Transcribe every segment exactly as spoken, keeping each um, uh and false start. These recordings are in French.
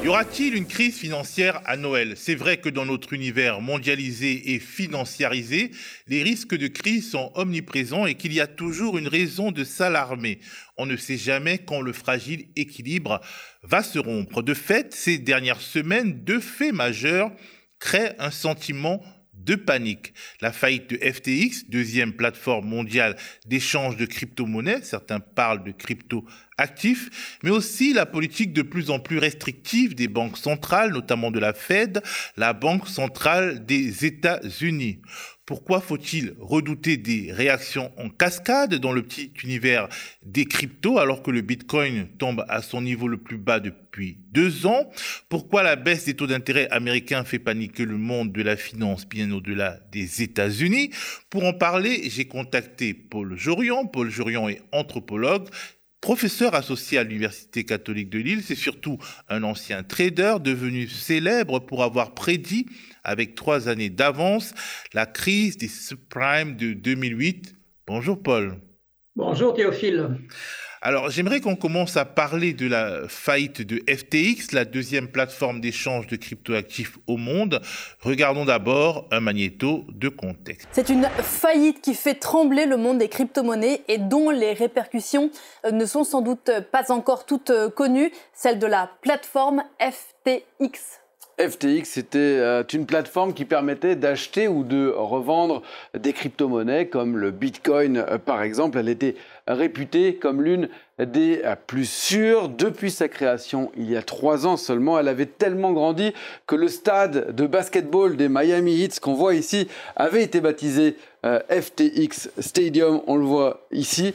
aura-t-il une crise financière à Noël ? C'est vrai que dans notre univers mondialisé et financiarisé, les risques de crise sont omniprésents et qu'il y a toujours une raison de s'alarmer. On ne sait jamais quand le fragile équilibre va se rompre. De fait, ces dernières semaines, deux faits majeurs créent un sentiment de panique. La faillite de F T X, deuxième plateforme mondiale d'échange de crypto-monnaies, certains parlent de crypto-actifs, mais aussi la politique de plus en plus restrictive des banques centrales, notamment de la Fed, la Banque centrale des États-Unis. Pourquoi faut-il redouter des réactions en cascade dans le petit univers des cryptos alors que le Bitcoin tombe à son niveau le plus bas depuis deux ans ? Pourquoi la baisse des taux d'intérêt américains fait paniquer le monde de la finance bien au-delà des États-Unis ? Pour en parler, j'ai contacté Paul Jorion. Paul Jorion est anthropologue, professeur associé à l'Université catholique de Lille. C'est surtout un ancien trader devenu célèbre pour avoir prédit avec trois années d'avance la crise des subprimes de deux mille huit. Bonjour Paul. Bonjour Théophile. Alors, j'aimerais qu'on commence à parler de la faillite de F T X, la deuxième plateforme d'échange de cryptoactifs au monde. Regardons d'abord un magnéto de contexte. C'est une faillite qui fait trembler le monde des crypto-monnaies et dont les répercussions ne sont sans doute pas encore toutes connues, celle de la plateforme F T X. F T X, c'était euh, une plateforme qui permettait d'acheter ou de revendre des crypto-monnaies comme le Bitcoin euh, par exemple. Elle était réputée comme l'une des euh, plus sûres depuis sa création il y a trois ans seulement. Elle avait tellement grandi que le stade de basketball des Miami Heat qu'on voit ici avait été baptisé euh, F T X Stadium. On le voit ici.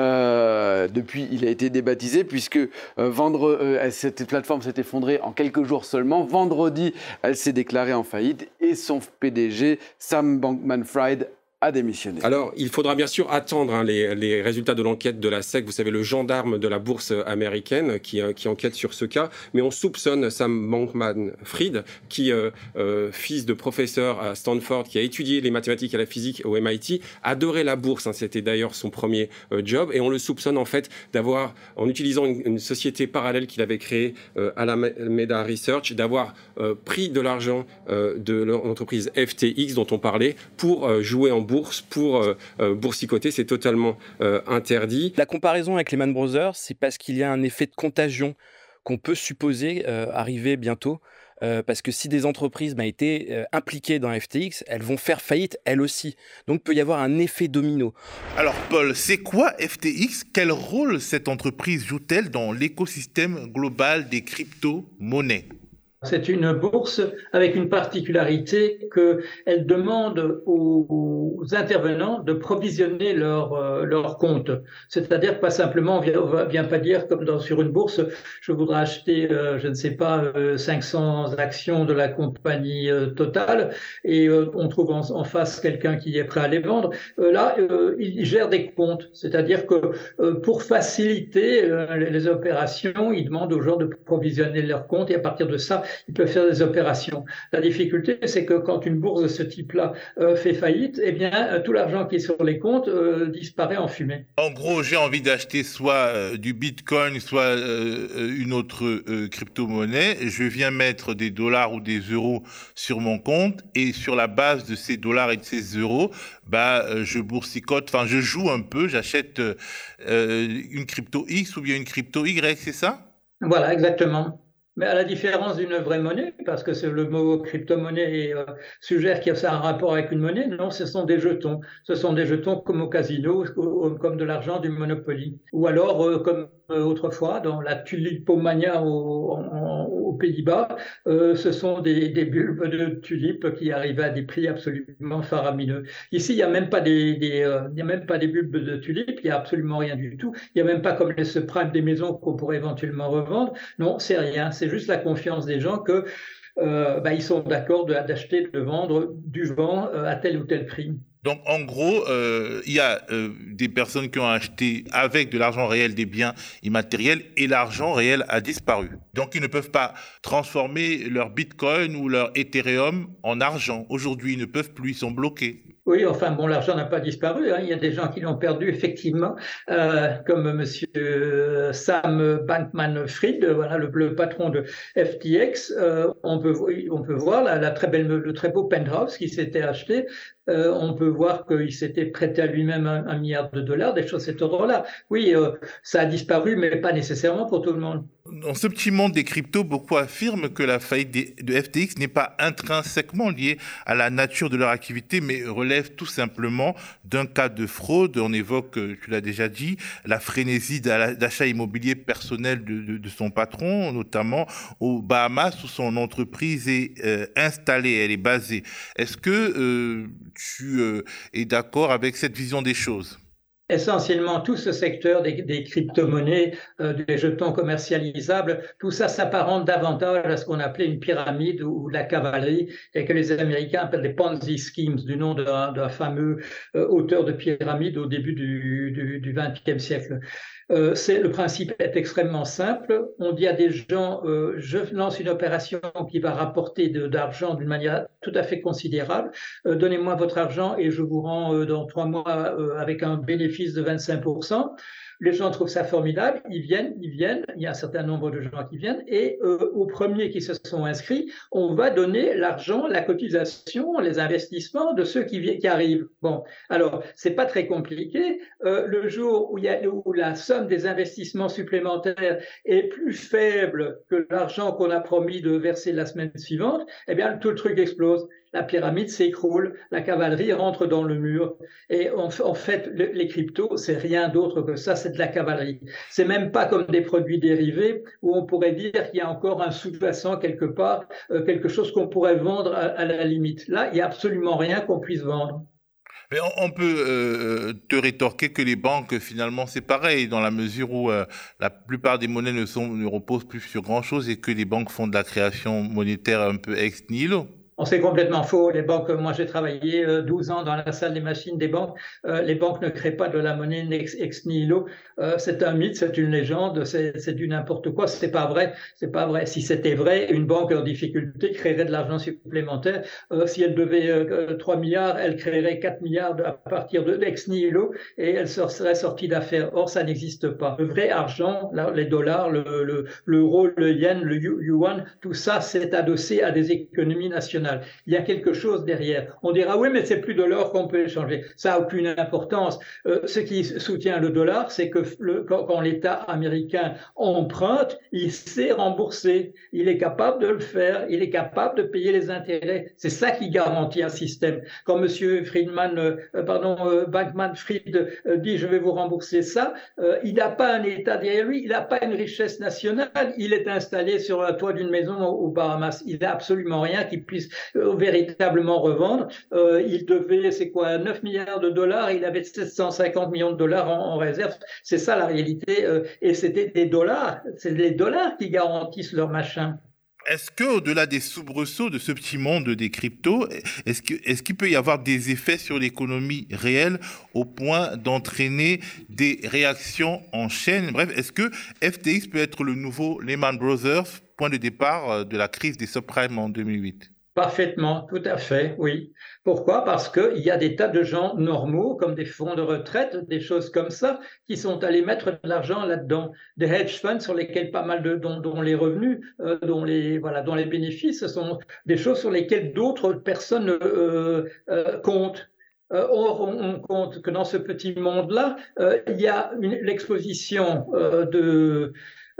Euh, depuis, il a été débaptisé puisque euh, vendre, euh, cette plateforme s'est effondrée en quelques jours seulement. Vendredi, elle s'est déclarée en faillite et son P D G, Sam Bankman-Fried, a démissionné. Alors, il faudra bien sûr attendre hein, les, les résultats de l'enquête de la S E C, vous savez, le gendarme de la bourse américaine qui, euh, qui enquête sur ce cas, mais on soupçonne Sam Bankman-Fried, qui, euh, euh, fils de professeur à Stanford, qui a étudié les mathématiques et la physique au M I T, adorait la bourse, hein, c'était d'ailleurs son premier euh, job, et on le soupçonne en fait d'avoir, en utilisant une, une société parallèle qu'il avait créée, euh, Alameda Research, d'avoir euh, pris de l'argent euh, de l'entreprise F T X dont on parlait pour euh, jouer en bourse. bourse pour euh, euh, boursicoter, c'est totalement euh, interdit. La comparaison avec Lehman Brothers, c'est parce qu'il y a un effet de contagion qu'on peut supposer euh, arriver bientôt. Euh, parce que si des entreprises bah, étaient euh, impliquées dans F T X, elles vont faire faillite elles aussi. Donc il peut y avoir un effet domino. Alors Paul, c'est quoi F T X ? Quel rôle cette entreprise joue-t-elle dans l'écosystème global des crypto-monnaies ? C'est une bourse avec une particularité qu'elle demande aux intervenants de provisionner leur, euh, leur compte. C'est-à-dire pas simplement, on ne vient pas dire comme dans, sur une bourse, je voudrais acheter, euh, je ne sais pas, euh, cinq cents actions de la compagnie euh, Total et euh, on trouve en, en face quelqu'un qui est prêt à les vendre. Euh, là, euh, ils gèrent des comptes. C'est-à-dire que euh, pour faciliter euh, les, les opérations, ils demandent aux gens de provisionner leur compte et à partir de ça, ils peuvent faire des opérations. La difficulté, c'est que quand une bourse de ce type-là euh, fait faillite, eh bien, euh, tout l'argent qui est sur les comptes euh, disparaît en fumée. En gros, j'ai envie d'acheter soit euh, du Bitcoin, soit euh, une autre euh, crypto-monnaie. Je viens mettre des dollars ou des euros sur mon compte et sur la base de ces dollars et de ces euros, bah, euh, je boursicote, enfin, je joue un peu, j'achète euh, une crypto X ou bien une crypto Y, c'est ça ? Voilà, exactement. Mais à la différence d'une vraie monnaie, parce que c'est le mot crypto-monnaie euh, suggère qu'il y a un rapport avec une monnaie, non, ce sont des jetons. Ce sont des jetons comme au casino, comme de l'argent du Monopoly. Ou alors, euh, comme euh, autrefois, dans la tulipomania au, en, aux Pays-Bas, euh, ce sont des, des bulbes de tulipes qui arrivaient à des prix absolument faramineux. Ici, il n'y a même pas des, des, euh, il y a même pas des bulbes de tulipes, il n'y a absolument rien du tout. Il n'y a même pas comme les subprimes des maisons qu'on pourrait éventuellement revendre. Non, c'est rien. C'est juste la confiance des gens que euh, bah, ils sont d'accord de, d'acheter, de vendre du vent euh, à tel ou tel prix. Donc, en gros, euh, il y a euh, des personnes qui ont acheté avec de l'argent réel des biens immatériels et l'argent réel a disparu. Donc, ils ne peuvent pas transformer leur Bitcoin ou leur Ethereum en argent. Aujourd'hui, ils ne peuvent plus, ils sont bloqués. Oui, enfin bon, l'argent n'a pas disparu, hein. Il y a des gens qui l'ont perdu effectivement, euh, comme Monsieur Sam Bankman-Fried, voilà le, le patron de F T X. Euh, on peut on peut voir la, la très belle, le très beau penthouse qui s'était acheté. Euh, on peut voir qu'il s'était prêté à lui-même un, un milliard de dollars, des choses de cet ordre-là. Oui, euh, ça a disparu, mais pas nécessairement pour tout le monde. Dans ce petit monde des cryptos, beaucoup affirment que la faillite de F T X n'est pas intrinsèquement liée à la nature de leur activité, mais relève tout simplement d'un cas de fraude. On évoque, tu l'as déjà dit, la frénésie d'achat immobilier personnel de, de, de son patron, notamment aux Bahamas où son entreprise est euh, installée, elle est basée. Est-ce que euh, tu euh, es d'accord avec cette vision des choses ? Essentiellement, tout ce secteur des, des crypto-monnaies, euh, des jetons commercialisables, tout ça s'apparente davantage à ce qu'on appelait une pyramide ou, ou de la cavalerie, et que les Américains appellent des Ponzi schemes, du nom d'un, d'un fameux euh, auteur de pyramide au début du, du, du vingtième siècle. Euh, c'est, le principe est extrêmement simple. On dit à des gens, euh, je lance une opération qui va rapporter de, d'argent d'une manière tout à fait considérable. Euh, donnez-moi votre argent et je vous rends euh, dans trois mois euh, avec un bénéfice de vingt-cinq pour cent. Les gens trouvent ça formidable, ils viennent, ils viennent, il y a un certain nombre de gens qui viennent, et euh, aux premiers qui se sont inscrits, on va donner l'argent, la cotisation, les investissements de ceux qui, qui arrivent. Bon, alors, c'est pas très compliqué. Euh, le jour où, il y a, où la somme des investissements supplémentaires est plus faible que l'argent qu'on a promis de verser la semaine suivante, eh bien, tout le truc explose. La pyramide s'écroule, la cavalerie rentre dans le mur. Et en, en fait, le, les cryptos, c'est rien d'autre que ça, c'est de la cavalerie. C'est même pas comme des produits dérivés où on pourrait dire qu'il y a encore un sous-jacent quelque part, euh, quelque chose qu'on pourrait vendre à, à la limite. Là, il n'y a absolument rien qu'on puisse vendre. Mais on, on peut euh, te rétorquer que les banques, finalement, c'est pareil, dans la mesure où euh, la plupart des monnaies ne, sont, ne reposent plus sur grand-chose et que les banques font de la création monétaire un peu ex nihilo. On c'est complètement faux. Les banques, moi j'ai travaillé douze ans dans la salle des machines des banques. Euh, les banques ne créent pas de la monnaie ex, ex nihilo. Euh, c'est un mythe, c'est une légende, c'est, c'est du n'importe quoi. C'est pas vrai. C'est pas vrai. Si c'était vrai, une banque en difficulté créerait de l'argent supplémentaire. Euh, si elle devait euh, trois milliards, elle créerait quatre milliards à partir de ex nihilo et elle serait sortie d'affaires. Or, ça n'existe pas. Le vrai argent, les dollars, le, le, l'euro, le yen, le yuan, tout ça, c'est adossé à des économies nationales. Il y a quelque chose derrière. On dira oui, mais c'est plus de l'or qu'on peut échanger. Ça n'a aucune importance. Euh, ce qui soutient le dollar, c'est que le, quand, quand l'État américain emprunte, il sait rembourser. Il est capable de le faire. Il est capable de payer les intérêts. C'est ça qui garantit un système. Quand Monsieur Friedman, euh, pardon, euh, Bankman-Fried euh, dit je vais vous rembourser ça, euh, il n'a pas un État derrière lui. Il n'a pas une richesse nationale. Il est installé sur le toit d'une maison aux Bahamas. Il n'a absolument rien qui puisse Euh, véritablement revendre. Euh, il devait, c'est quoi, neuf milliards de dollars, il avait sept cent cinquante millions de dollars en, en réserve. C'est ça la réalité. Euh, et c'était des dollars, c'est les dollars qui garantissent leur machin. Est-ce qu'au-delà des soubresauts de ce petit monde des cryptos, est-ce que, est-ce qu'il peut y avoir des effets sur l'économie réelle au point d'entraîner des réactions en chaîne? Bref, est-ce que F T X peut être le nouveau Lehman Brothers, point de départ de la crise des subprimes en deux mille huit? Parfaitement, tout à fait, oui. Pourquoi? Parce qu'il y a des tas de gens normaux, comme des fonds de retraite, des choses comme ça, qui sont allés mettre de l'argent là-dedans. Des hedge funds sur lesquels pas mal de, dont, dont les revenus, euh, dont les, voilà, dont les bénéfices, ce sont des choses sur lesquelles d'autres personnes euh, euh, comptent. Euh, or, on, on compte que dans ce petit monde-là, euh, il y a une, l'exposition euh, de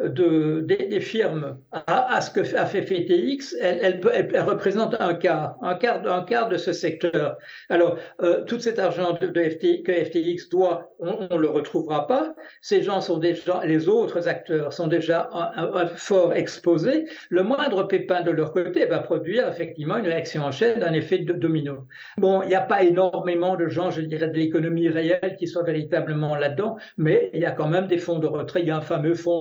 De, des, des firmes à, à ce que a fait F T X, elle, elle, elle, elle représente un quart, un quart, un quart de ce secteur. Alors, euh, tout cet argent de, de F T, que F T X doit, on ne le retrouvera pas. Ces gens sont déjà, les autres acteurs sont déjà un, un, un fort exposés. Le moindre pépin de leur côté va produire effectivement une réaction en chaîne, un effet de domino. Bon, il n'y a pas énormément de gens, je dirais, de l'économie réelle qui soient véritablement là-dedans, mais il y a quand même des fonds de retraite. Il y a un fameux fonds de retraite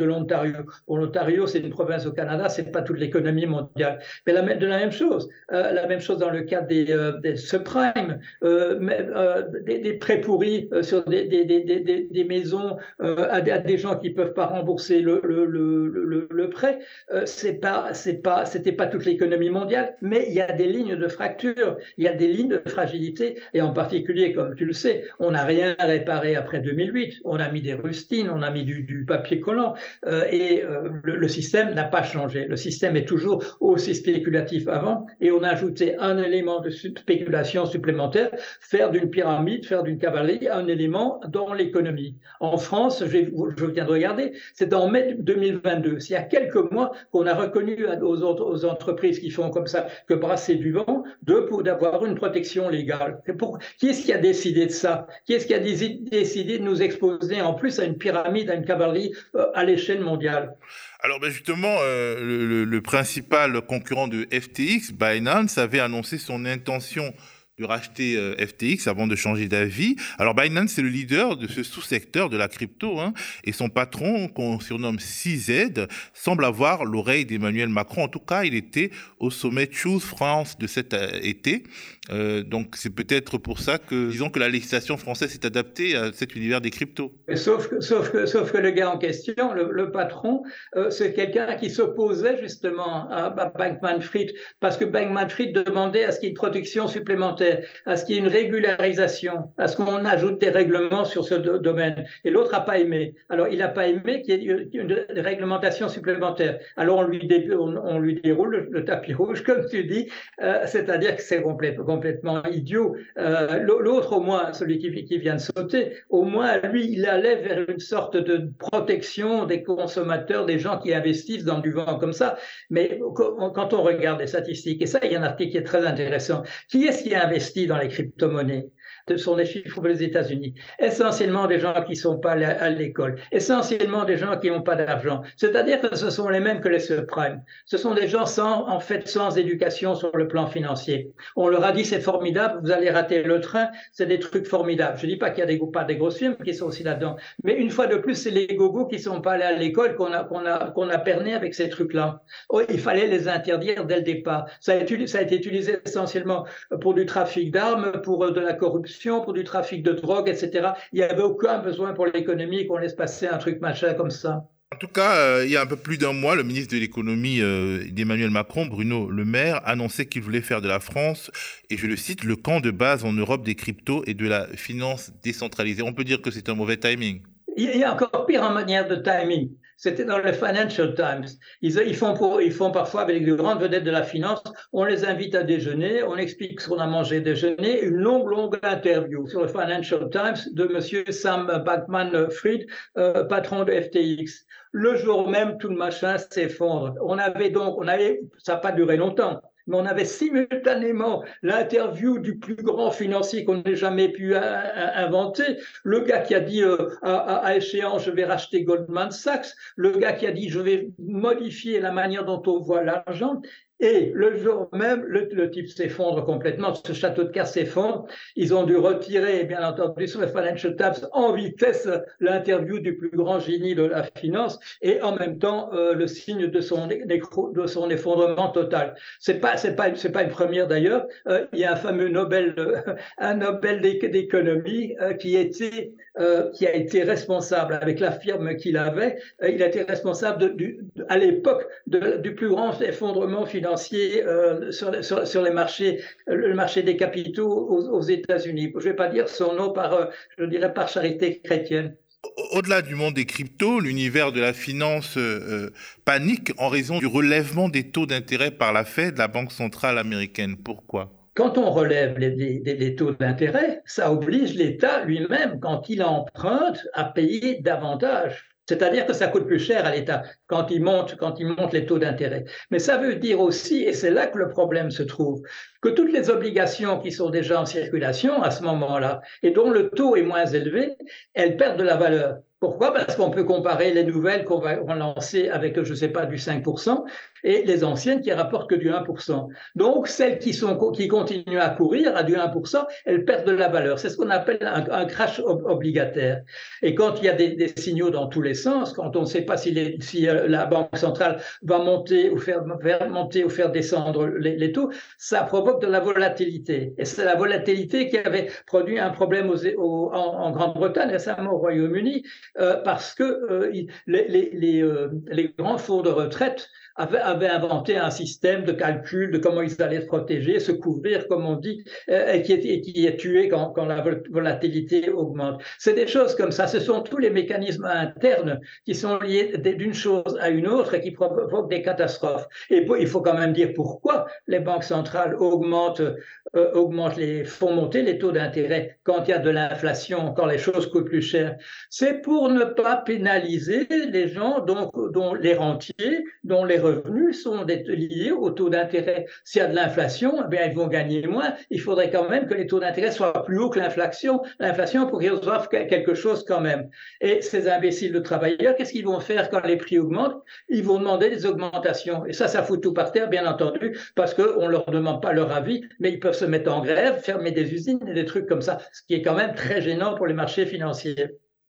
de l'Ontario. Bon, l'Ontario, c'est une province au Canada, c'est pas toute l'économie mondiale. Mais la, de la même chose, euh, la même chose dans le cas des, euh, des subprimes, euh, euh, des, des prêts pourris euh, sur des, des, des, des, des maisons euh, à, à des gens qui peuvent pas rembourser le, le, le, le, le prêt. Euh, c'est pas, c'est pas, c'était pas toute l'économie mondiale, mais il y a des lignes de fracture, il y a des lignes de fragilité, et en particulier, comme tu le sais, on n'a rien réparé après deux mille huit. On a mis des rustines, on a mis du, du papier collant, euh, et euh, le, le système n'a pas changé. Le système est toujours aussi spéculatif avant, et on a ajouté un élément de spéculation supplémentaire, faire d'une pyramide, faire d'une cavalerie un élément dans l'économie. En France, je, je viens de regarder, c'est en mai deux mille vingt-deux, c'est il y a quelques mois qu'on a reconnu aux, aux entreprises qui font comme ça, que brasser du vent, d'avoir une protection légale. Pour, qui est-ce qui a décidé de ça? Qui est-ce qui a décidé de nous exposer en plus à une pyramide, à une cavalerie euh, à l'échelle mondiale? Alors ben justement, euh, le, le principal concurrent de F T X, Binance, avait annoncé son intention de racheter euh, F T X avant de changer d'avis. Alors Binance, c'est le leader de ce sous-secteur de la crypto, hein, et son patron, qu'on surnomme C Z, semble avoir l'oreille d'Emmanuel Macron. En tout cas, il était au sommet Choose France de cet euh, été. Euh, donc c'est peut-être pour ça que, disons que la législation française s'est adaptée à cet univers des cryptos. Sauf que, sauf que, sauf que le gars en question, le, le patron, euh, c'est quelqu'un qui s'opposait justement à, à Bankman-Fried, parce que Bankman-Fried demandait à ce qu'il y ait une protection supplémentaire, à ce qu'il y ait une régularisation, à ce qu'on ajoute des règlements sur ce do- domaine. Et l'autre n'a pas aimé. Alors il n'a pas aimé qu'il y ait une, une réglementation supplémentaire. Alors on lui, dé, on, on lui déroule le, le tapis rouge, comme tu dis, euh, c'est-à-dire que c'est complètement complètement idiot. Euh, l'autre, au moins, celui qui, qui vient de sauter, au moins, lui, il allait vers une sorte de protection des consommateurs, des gens qui investissent dans du vent comme ça. Mais quand on regarde les statistiques, et ça, il y a un article qui est très intéressant, qui est-ce qui investit dans les crypto-monnaies? Ce sont des chiffres pour les États-Unis. Essentiellement des gens qui ne sont pas à l'école. Essentiellement des gens qui n'ont pas d'argent. C'est-à-dire que ce sont les mêmes que les subprimes. Ce sont des gens sans, en fait, sans éducation sur le plan financier. On leur a dit c'est formidable, vous allez rater le train, c'est des trucs formidables. Je ne dis pas qu'il y a des, pas des grosses firmes qui sont aussi là-dedans. Mais une fois de plus, c'est les gogos qui ne sont pas allés à l'école qu'on a, qu'on a, qu'on a perné avec ces trucs-là. Oh, il fallait les interdire dès le départ. Ça a été, ça a été utilisé essentiellement pour du trafic d'armes, pour de la corruption, pour du trafic de drogue, et cetera. Il n'y avait aucun besoin pour l'économie qu'on laisse passer un truc machin comme ça. En tout cas, euh, il y a un peu plus d'un mois, le ministre de l'économie euh, d'Emmanuel Macron, Bruno Le Maire, annonçait qu'il voulait faire de la France, et je le cite, le camp de base en Europe des cryptos et de la finance décentralisée. On peut dire que c'est un mauvais timing. Il y a encore pire en manière de timing. C'était dans le Financial Times. Ils, ils, font pour, ils font parfois avec de grandes vedettes de la finance, on les invite à déjeuner, on explique ce qu'on a mangé déjeuner, une longue, longue interview sur le Financial Times de monsieur Sam Bankman-Fried, euh, patron de F T X. Le jour même, tout le machin s'effondre. On avait donc, on avait, ça n'a pas duré longtemps, mais on avait simultanément l'interview du plus grand financier qu'on ait jamais pu inventer, le gars qui a dit euh, à, à échéance je vais racheter Goldman Sachs, le gars qui a dit je vais modifier la manière dont on voit l'argent. Et le jour même, le, le type s'effondre complètement, ce château de cartes s'effondre. Ils ont dû retirer, bien entendu, sur le Financial Times en vitesse l'interview du plus grand génie de la finance et en même temps euh, le signe de son, de son effondrement total. C'est pas, c'est pas, c'est pas une première d'ailleurs. Euh, il y a un fameux Nobel, euh, un Nobel d'économie euh, qui était, euh, qui a été responsable avec la firme qu'il avait. Euh, il a été responsable de, du, à l'époque de, du plus grand effondrement financier. Euh, sur, sur, sur les marchés, le marché des capitaux aux, aux États-Unis. Je ne vais pas dire son nom par, euh, je dirais par charité chrétienne. Au-delà du monde des cryptos, l'univers de la finance euh, panique en raison du relèvement des taux d'intérêt par la Fed, la Banque centrale américaine. Pourquoi ? Quand on relève les, les, les taux d'intérêt, ça oblige l'État lui-même, quand il emprunte, à payer davantage. C'est-à-dire que ça coûte plus cher à l'État quand il monte, quand il monte les taux d'intérêt. Mais ça veut dire aussi, et c'est là que le problème se trouve, que toutes les obligations qui sont déjà en circulation à ce moment-là et dont le taux est moins élevé, elles perdent de la valeur. Pourquoi? Parce qu'on peut comparer les nouvelles qu'on va lancer avec, je ne sais pas, du cinq pour cent et les anciennes qui rapportent que du un pour cent. Donc, celles qui, sont, qui continuent à courir à du un pour cent, elles perdent de la valeur. C'est ce qu'on appelle un, un crash ob- obligataire. Et quand il y a des, des signaux dans tous les sens, quand on ne sait pas si, les, si euh, la Banque centrale va monter ou faire, faire monter ou faire descendre les, les taux, ça provoque de la volatilité. Et c'est la volatilité qui avait produit un problème aux, aux, en, en Grande-Bretagne, récemment au Royaume-Uni, euh, parce que euh, les, les, les, euh, les grands fonds de retraite avaient, avaient inventé un système de calcul de comment ils allaient se protéger, se couvrir, comme on dit, euh, et, qui est, et qui est tué quand, quand la volatilité augmente. C'est des choses comme ça. Ce sont tous les mécanismes internes qui sont liés d'une chose à une autre et qui provoquent des catastrophes. Et il faut quand même dire pourquoi les banques centrales augmentent, euh, augmentent les, font monter les taux d'intérêt quand il y a de l'inflation, quand les choses coûtent plus cher. C'est pour ne pas pénaliser les gens dont, dont les rentiers, dont les revenus sont liés au taux d'intérêt. S'il y a de l'inflation, eh bien, ils vont gagner moins. Il faudrait quand même que les taux d'intérêt soient plus hauts que l'inflation, l'inflation pour qu'ils offrent quelque chose quand même. Et ces imbéciles de travailleurs, qu'est-ce qu'ils vont faire quand les prix augmentent? Ils vont demander des augmentations. Et ça, ça fout tout par terre, bien entendu, parce qu'on ne leur demande pas leur avis, mais ils peuvent se mettre en grève, fermer des usines et des trucs comme ça, ce qui est quand même très gênant pour les marchés financiers.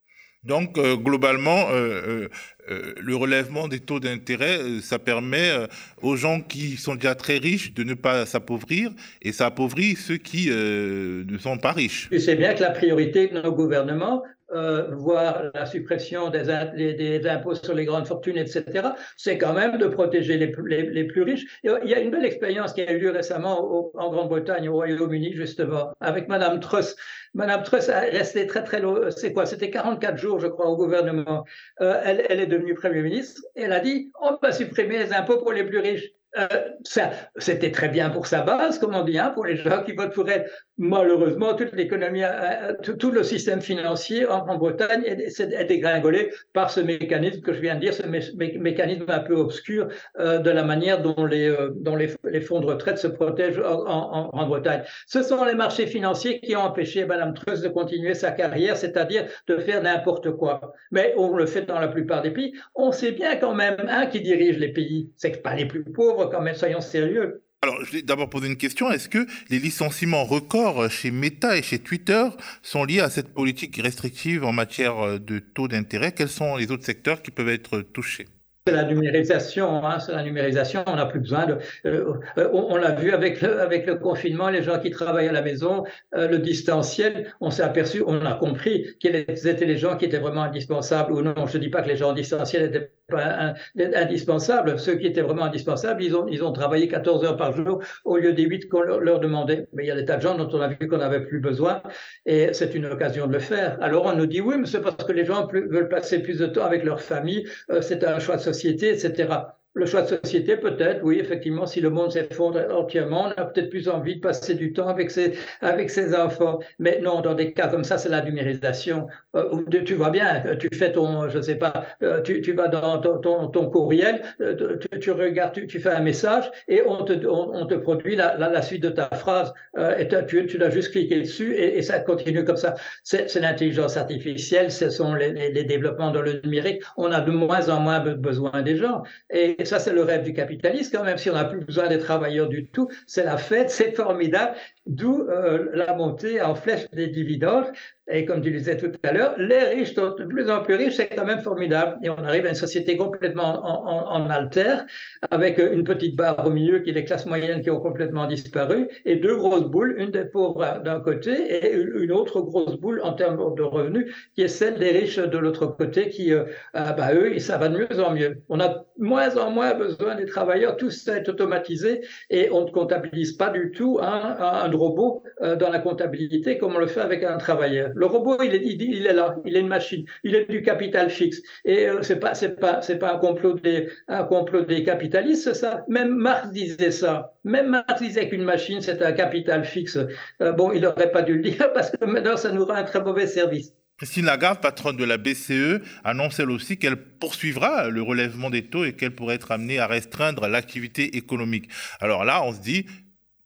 Donc, euh, globalement, euh, euh, le relèvement des taux d'intérêt, euh, ça permet euh, aux gens qui sont déjà très riches de ne pas s'appauvrir, et ça appauvrit ceux qui euh, ne sont pas riches. Tu sais bien que la priorité de nos gouvernements, euh, voire la suppression des, des, des impôts sur les grandes fortunes, et cetera, c'est quand même de protéger les, les, les plus riches. Et il y a une belle expérience qui a eu lieu récemment au, en Grande-Bretagne, au Royaume-Uni, justement, avec Madame Truss. Madame Truss a resté très très long, c'est quoi? C'était quarante-quatre jours, je crois, au gouvernement. Euh, elle, elle est devenue Premier ministre et elle a dit on va supprimer les impôts pour les plus riches. Euh, ça, c'était très bien pour sa base, comme on dit, hein, pour les gens qui votent pour elle. Malheureusement, toute l'économie, euh, tout, tout le système financier en, en Bretagne est, est dégringolé par ce mécanisme que je viens de dire, ce mé- mé- mécanisme un peu obscur euh, de la manière dont, les, euh, dont les, les fonds de retraite se protègent en, en, en Bretagne. Ce sont les marchés financiers qui ont empêché Mme Truss de continuer sa carrière, c'est-à-dire de faire n'importe quoi. Mais on le fait dans la plupart des pays. On sait bien quand même, hein, qui dirige les pays, c'est pas les plus pauvres quand même, soyons sérieux. Alors, je vais d'abord poser une question. Est-ce que les licenciements records chez Meta et chez Twitter sont liés à cette politique restrictive en matière de taux d'intérêt? Quels sont les autres secteurs qui peuvent être touchés? C'est la numérisation, hein, c'est la numérisation. On n'a plus besoin de. Euh, on, on l'a vu avec le, avec le confinement, les gens qui travaillent à la maison, euh, le distanciel. On s'est aperçu, on a compris quels étaient les gens qui étaient vraiment indispensables ou non. Je ne dis pas que les gens en distanciel n'étaient pas un, indispensables. Ceux qui étaient vraiment indispensables, ils ont, ils ont travaillé quatorze heures par jour au lieu des huit qu'on leur, leur demandait. Mais il y a des tas de gens dont on a vu qu'on n'avait plus besoin, et c'est une occasion de le faire. Alors on nous dit oui, mais c'est parce que les gens plus, veulent passer plus de temps avec leur famille. Euh, c'est un choix de société, et cetera. Le choix de société, peut-être, oui, effectivement, si le monde s'effondre entièrement, on a peut-être plus envie de passer du temps avec ses, avec ses enfants. Mais non, dans des cas comme ça, c'est la numérisation. Euh, tu vois bien, tu fais ton, je ne sais pas, euh, tu, tu vas dans ton, ton, ton courriel, euh, tu, tu regardes, tu, tu fais un message et on te, on, on te produit la, la, la suite de ta phrase. Euh, et tu, tu dois juste cliquer dessus et, et ça continue comme ça. C'est, c'est l'intelligence artificielle, ce sont les, les, les développements dans le numérique. On a de moins en moins besoin des gens. Et Et ça, c'est le rêve du capitalisme, quand même, si on n'a plus besoin des travailleurs du tout. C'est la fête, c'est formidable, d'où euh, la montée en flèche des dividendes. Et comme tu le disais tout à l'heure, les riches sont de plus en plus riches, c'est quand même formidable. Et on arrive à une société complètement en, en, en altère, avec une petite barre au milieu qui est les classes moyennes qui ont complètement disparu, et deux grosses boules, une des pauvres d'un côté et une autre grosse boule en termes de revenus, qui est celle des riches de l'autre côté, qui, euh, bah, eux, ça va de mieux en mieux. On a moins en moins besoin des travailleurs, tout ça est automatisé, et on ne comptabilise pas du tout un, un robot euh, dans la comptabilité comme on le fait avec un travailleur. Le robot, il est, il, il est là, il est une machine, il est du capital fixe. Et euh, c'est pas, c'est pas, c'est pas un complot des, un complot des capitalistes, ça. Même Marx disait ça. Même Marx disait qu'une machine, c'est un capital fixe. Euh, bon, il n'aurait pas dû le dire parce que maintenant, ça nous rend un très mauvais service. Christine Lagarde, patronne de la B C E, annonce elle aussi qu'elle poursuivra le relèvement des taux et qu'elle pourrait être amenée à restreindre l'activité économique. Alors là, on se dit,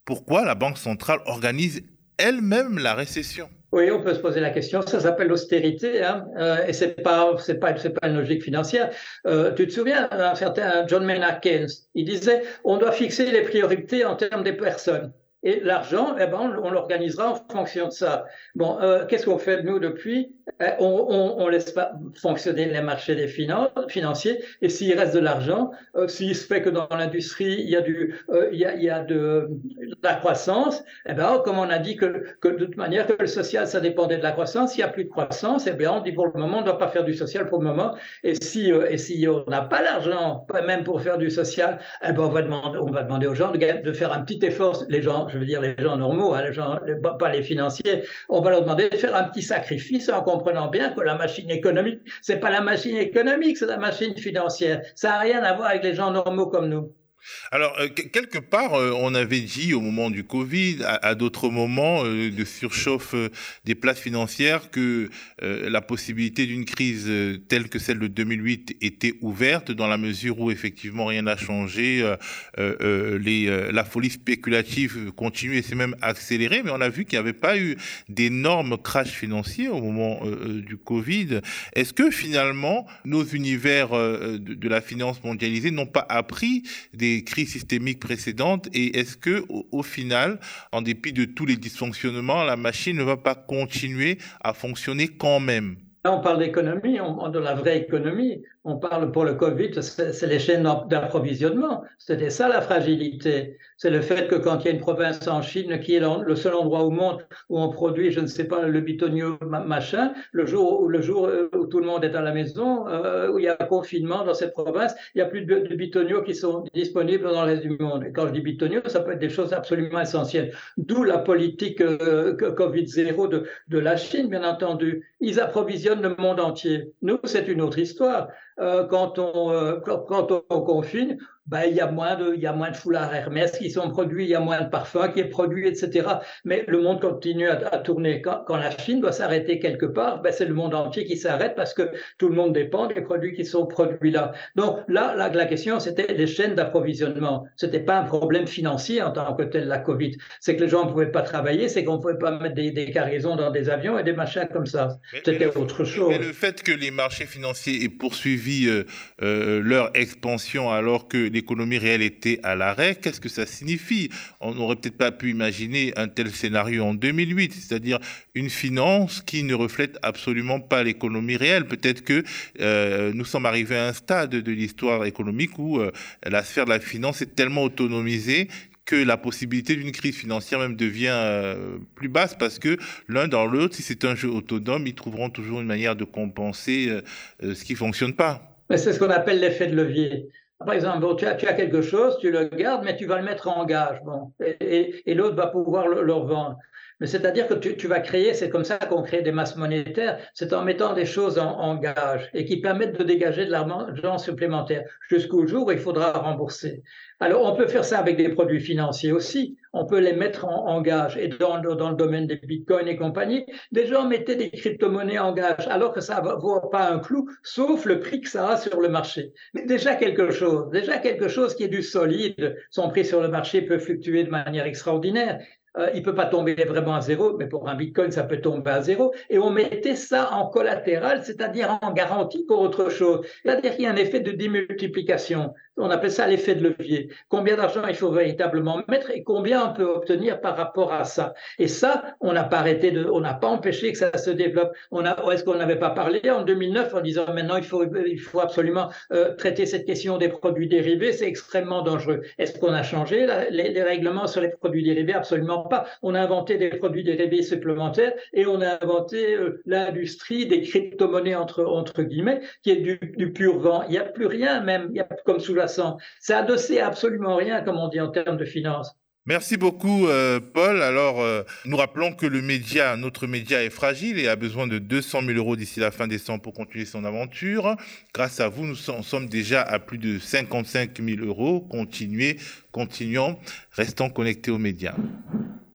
pourquoi la Banque centrale organise elle-même la récession? Oui, on peut se poser la question. Ça s'appelle l'austérité, hein, euh, et c'est pas, c'est pas, c'est pas une logique financière. Euh, tu te souviens, un certain John Maynard Keynes, il disait, on doit fixer les priorités en termes des personnes. Et l'argent, eh ben, on, on l'organisera en fonction de ça. Bon, euh, qu'est-ce qu'on fait nous depuis? eh, On, on, on laisse pas fonctionner les marchés des finances, financiers. Et s'il reste de l'argent, euh, s'il se fait que dans l'industrie il y a du, euh, il y a, il y a de, de la croissance, eh ben, comme on a dit que, que de toute manière que le social ça dépendait de la croissance, s'il y a plus de croissance, eh bien on dit pour le moment on ne doit pas faire du social pour le moment. Et si, euh, et si on n'a pas l'argent, pas même pour faire du social, eh ben on va demander, on va demander aux gens de, de faire un petit effort. Les gens, je veux dire les gens normaux, hein, les gens, les, pas les financiers, on va leur demander de faire un petit sacrifice en comprenant bien que la machine économique, c'est pas la machine économique, c'est la machine financière. Ça n'a rien à voir avec les gens normaux comme nous. Alors, euh, quelque part, euh, on avait dit au moment du Covid, à, à d'autres moments euh, de surchauffe euh, des places financières, que euh, la possibilité d'une crise euh, telle que celle de deux mille huit était ouverte, dans la mesure où effectivement rien n'a changé, euh, euh, les, euh, la folie spéculative continue et s'est même accélérée, mais on a vu qu'il n'y avait pas eu d'énormes crashs financiers au moment euh, du Covid. Est-ce que finalement, nos univers euh, de, de la finance mondialisée n'ont pas appris des crises systémiques précédentes, et est-ce que au, au final, en dépit de tous les dysfonctionnements, la machine ne va pas continuer à fonctionner quand même? Là, on parle d'économie, on, de la vraie économie. On parle pour le Covid, c'est, c'est les chaînes d'approvisionnement. C'était ça la fragilité. C'est le fait que quand il y a une province en Chine qui est le seul endroit au monde où on produit, je ne sais pas, le bitonio machin, le jour où, le jour où tout le monde est à la maison, euh, où il y a un confinement dans cette province, il n'y a plus de, de bitonio qui sont disponibles dans le reste du monde. Et quand je dis bitonio, ça peut être des choses absolument essentielles. D'où la politique euh, Covid zéro de, de la Chine, bien entendu. Ils approvisionnent le monde entier. Nous, c'est une autre histoire. Euh, quand, on, euh, quand, quand on confine, ben, il y a moins de, il y a moins de foulards Hermès qui sont produits, il y a moins de parfums qui est produit, et cetera. Mais le monde continue à, à tourner. Quand, quand la Chine doit s'arrêter quelque part, ben, c'est le monde entier qui s'arrête parce que tout le monde dépend des produits qui sont produits là. Donc là, la, la question, c'était les chaînes d'approvisionnement. C'était pas un problème financier en tant que tel, la Covid. C'est que les gens ne pouvaient pas travailler, c'est qu'on ne pouvait pas mettre des, des cargaisons dans des avions et des machins comme ça. Mais, c'était mais le, autre chose. Mais le fait que les marchés financiers aient poursuivi euh, euh, leur expansion alors que l'économie réelle était à l'arrêt, qu'est-ce que ça signifie? On n'aurait peut-être pas pu imaginer un tel scénario en deux mille huit, c'est-à-dire une finance qui ne reflète absolument pas l'économie réelle. Peut-être que euh, nous sommes arrivés à un stade de l'histoire économique où euh, la sphère de la finance est tellement autonomisée que la possibilité d'une crise financière même devient euh, plus basse, parce que l'un dans l'autre, si c'est un jeu autonome, ils trouveront toujours une manière de compenser euh, euh, ce qui ne fonctionne pas. Mais c'est ce qu'on appelle l'effet de levier. Par exemple, bon, tu, as, tu as quelque chose, tu le gardes, mais tu vas le mettre en gage, bon, et, et, et l'autre va pouvoir le, le revendre. Mais c'est-à-dire que tu, tu vas créer, c'est comme ça qu'on crée des masses monétaires, c'est en mettant des choses en, en gage et qui permettent de dégager de l'argent supplémentaire jusqu'au jour où il faudra rembourser. Alors, on peut faire ça avec des produits financiers aussi. On peut les mettre en, en gage. Et dans, dans le domaine des bitcoins et compagnie, des gens mettaient des crypto-monnaies en gage alors que ça ne vaut pas un clou, sauf le prix que ça a sur le marché. Mais déjà quelque chose, déjà quelque chose qui est du solide. Son prix sur le marché peut fluctuer de manière extraordinaire. Euh, il ne peut pas tomber vraiment à zéro, mais pour un bitcoin, ça peut tomber à zéro. Et on mettait ça en collatéral, c'est-à-dire en garantie pour autre chose. C'est-à-dire qu'il y a un effet de démultiplication. On appelle ça l'effet de levier. Combien d'argent il faut véritablement mettre et combien on peut obtenir par rapport à ça. Et ça, on n'a pas arrêté de, on n'a pas empêché que ça se développe. On a, est-ce qu'on n'avait pas parlé en deux mille neuf en disant maintenant il faut, il faut absolument euh, traiter cette question des produits dérivés, c'est extrêmement dangereux. Est-ce qu'on a changé la, les, les règlements sur les produits dérivés? Absolument pas. On a inventé des produits dérivés supplémentaires et on a inventé euh, l'industrie des crypto-monnaies entre, entre guillemets, qui est du, du pur vent. Il n'y a plus rien même, il y a comme sous-jacent. C'est adossé à absolument rien, comme on dit en termes de finances. Merci beaucoup, euh, Paul. Alors, euh, nous rappelons que le média, notre média est fragile et a besoin de deux cent mille euros d'ici la fin décembre pour continuer son aventure. Grâce à vous, nous sommes déjà à plus de cinquante-cinq mille euros. Continuez, continuons, restons connectés aux médias.